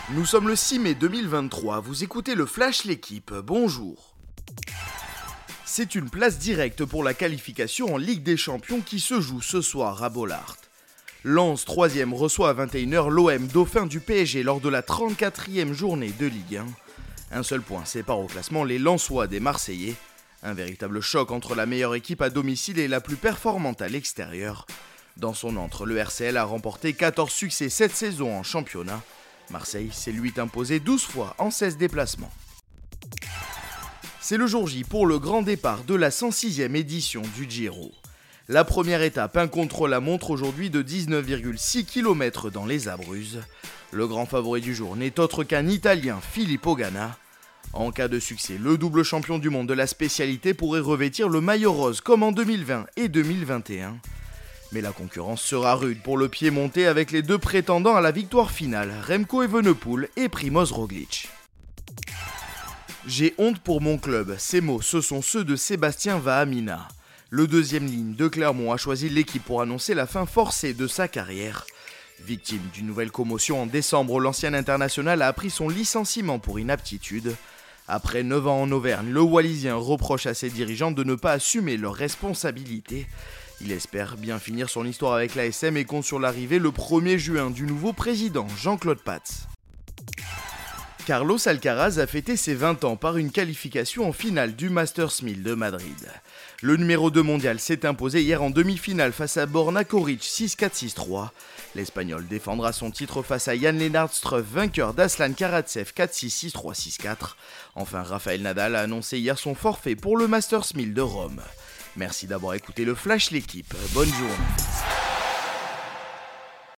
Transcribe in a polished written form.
Nous sommes le 6 mai 2023, vous écoutez le Flash L'équipe, bonjour. C'est une place directe pour la qualification en Ligue des Champions qui se joue ce soir à Bollaert. Lens 3e reçoit à 21h l'OM dauphin du PSG lors de la 34e journée de Ligue 1. Un seul point sépare au classement les Lensois des Marseillais. Un véritable choc entre la meilleure équipe à domicile et la plus performante à l'extérieur. Dans son antre, le RCL a remporté 14 succès cette saison en championnat. Marseille s'est lui imposé 12 fois en 16 déplacements. C'est le jour J pour le grand départ de la 106e édition du Giro. La première étape, un contre-la-montre aujourd'hui de 19,6 km dans les Abruzzes. Le grand favori du jour n'est autre qu'un Italien, Filippo Ganna. En cas de succès, le double champion du monde de la spécialité pourrait revêtir le maillot rose comme en 2020 et 2021. Mais la concurrence sera rude pour le piémontais avec les deux prétendants à la victoire finale, Remco Evenepoel et Primož Roglič. J'ai honte pour mon club, ces mots, ce sont ceux de Sébastien Vahamina. Le deuxième ligne de Clermont a choisi l'équipe pour annoncer la fin forcée de sa carrière. Victime d'une nouvelle commotion en décembre, l'ancien international a appris son licenciement pour inaptitude. Après 9 ans en Auvergne, le Wallisien reproche à ses dirigeants de ne pas assumer leurs responsabilités. Il espère bien finir son histoire avec l'ASM et compte sur l'arrivée le 1er juin du nouveau président Jean-Claude Pats. Carlos Alcaraz a fêté ses 20 ans par une qualification en finale du Masters 1000 de Madrid. Le numéro 2 mondial s'est imposé hier en demi-finale face à Borna Coric 6-4-6-3. L'Espagnol défendra son titre face à Jan-Lennard Struff, vainqueur d'Aslan Karatsev 4-6, 6-3, 6-4. Enfin, Rafael Nadal a annoncé hier son forfait pour le Masters 1000 de Rome. Merci d'avoir écouté le Flash L'équipe, bonne journée.